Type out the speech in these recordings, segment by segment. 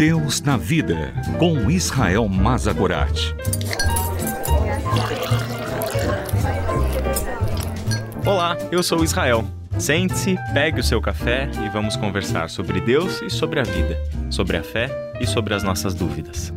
Deus na Vida, com Israel Mazagorat. Olá, eu sou o Israel. Sente-se, pegue o seu café e vamos conversar sobre Deus e sobre a vida, sobre a fé e sobre as nossas dúvidas.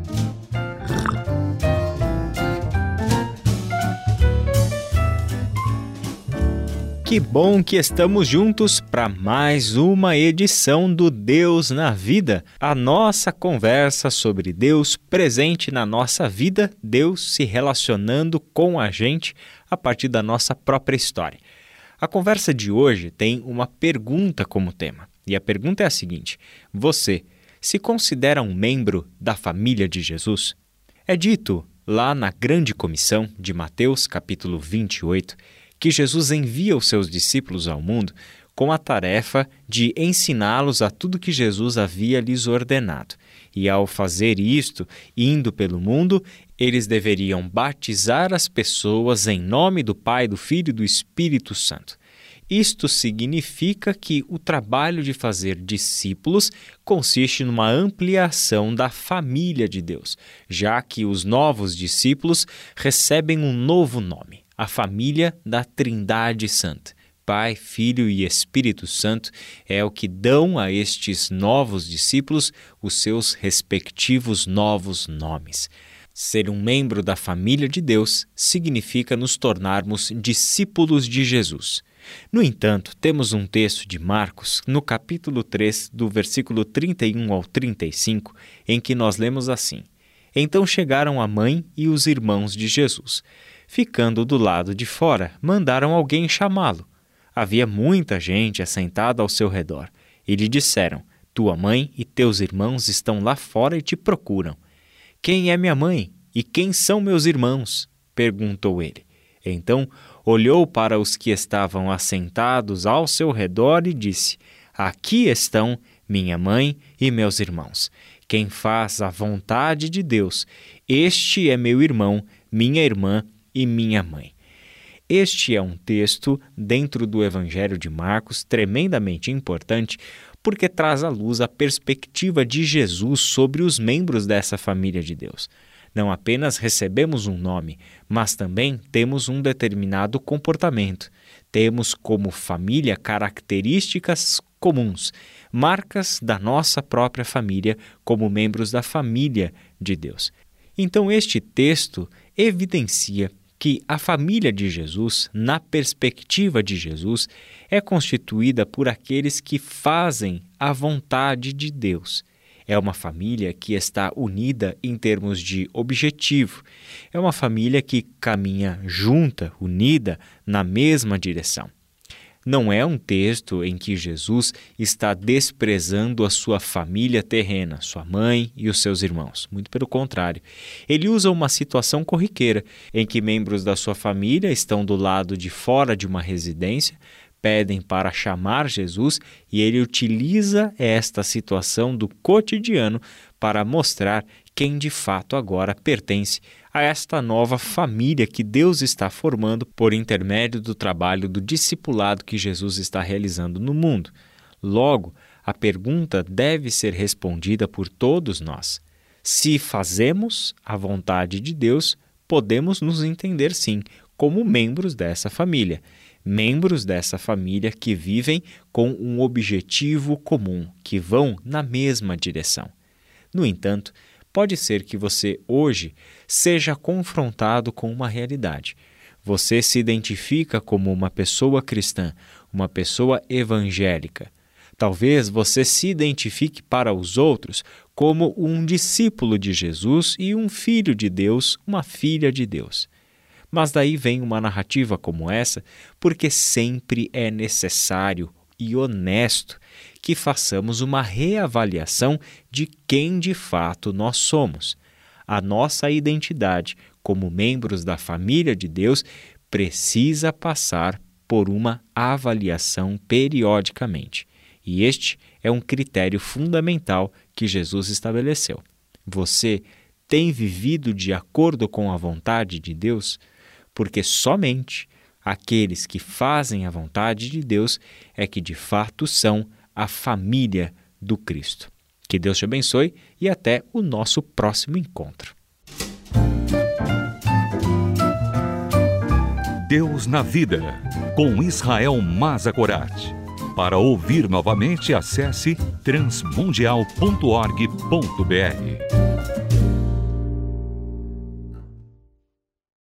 Que bom que estamos juntos para mais uma edição do Deus na Vida, a nossa conversa sobre Deus presente na nossa vida, Deus se relacionando com a gente a partir da nossa própria história. A conversa de hoje tem uma pergunta como tema, e a pergunta é a seguinte: você se considera um membro da família de Jesus? É dito lá na Grande Comissão de Mateus, capítulo 28, que Jesus envia os seus discípulos ao mundo com a tarefa de ensiná-los a tudo que Jesus havia lhes ordenado. E ao fazer isto, indo pelo mundo, eles deveriam batizar as pessoas em nome do Pai, do Filho e do Espírito Santo. Isto significa que o trabalho de fazer discípulos consiste numa ampliação da família de Deus, já que os novos discípulos recebem um novo nome, a família da Trindade Santa. Pai, Filho e Espírito Santo é o que dão a estes novos discípulos os seus respectivos novos nomes. Ser um membro da família de Deus significa nos tornarmos discípulos de Jesus. No entanto, temos um texto de Marcos, no capítulo 3, do versículo 31 ao 35, em que nós lemos assim: Então chegaram a mãe e os irmãos de Jesus. Ficando do lado de fora, mandaram alguém chamá-lo. Havia muita gente assentada ao seu redor. E lhe disseram: Tua mãe e teus irmãos estão lá fora e te procuram. Quem é minha mãe? E quem são meus irmãos? Perguntou ele. Então olhou para os que estavam assentados ao seu redor e disse: Aqui estão minha mãe e meus irmãos. Quem faz a vontade de Deus, este é meu irmão, minha irmã e minha mãe. Este é um texto dentro do Evangelho de Marcos tremendamente importante porque traz à luz a perspectiva de Jesus sobre os membros dessa família de Deus. Não apenas recebemos um nome, mas também temos um determinado comportamento. Temos como família características comuns, marcas da nossa própria família como membros da família de Deus. Então este texto evidencia que a família de Jesus, na perspectiva de Jesus, é constituída por aqueles que fazem a vontade de Deus. É uma família que está unida em termos de objetivo. É uma família que caminha junta, unida, na mesma direção. Não é um texto em que Jesus está desprezando a sua família terrena, sua mãe e os seus irmãos. Muito pelo contrário. Ele usa uma situação corriqueira em que membros da sua família estão do lado de fora de uma residência, pedem para chamar Jesus e ele utiliza esta situação do cotidiano para mostrar quem de fato agora pertence a esta nova família que Deus está formando por intermédio do trabalho do discipulado que Jesus está realizando no mundo. Logo, a pergunta deve ser respondida por todos nós. Se fazemos a vontade de Deus, podemos nos entender sim como membros dessa família. Membros dessa família que vivem com um objetivo comum, que vão na mesma direção. No entanto, pode ser que você hoje seja confrontado com uma realidade. Você se identifica como uma pessoa cristã, uma pessoa evangélica. Talvez você se identifique para os outros como um discípulo de Jesus e um filho de Deus, uma filha de Deus. Mas daí vem uma narrativa como essa, porque sempre é necessário e honesto que façamos uma reavaliação de quem de fato nós somos. A nossa identidade como membros da família de Deus precisa passar por uma avaliação periodicamente. E este é um critério fundamental que Jesus estabeleceu. Você tem vivido de acordo com a vontade de Deus? Porque somente aqueles que fazem a vontade de Deus é que de fato são a família do Cristo. Que Deus te abençoe e até o nosso próximo encontro. Deus na Vida, com Israel Mazagorat. Para ouvir novamente, acesse transmundial.org.br.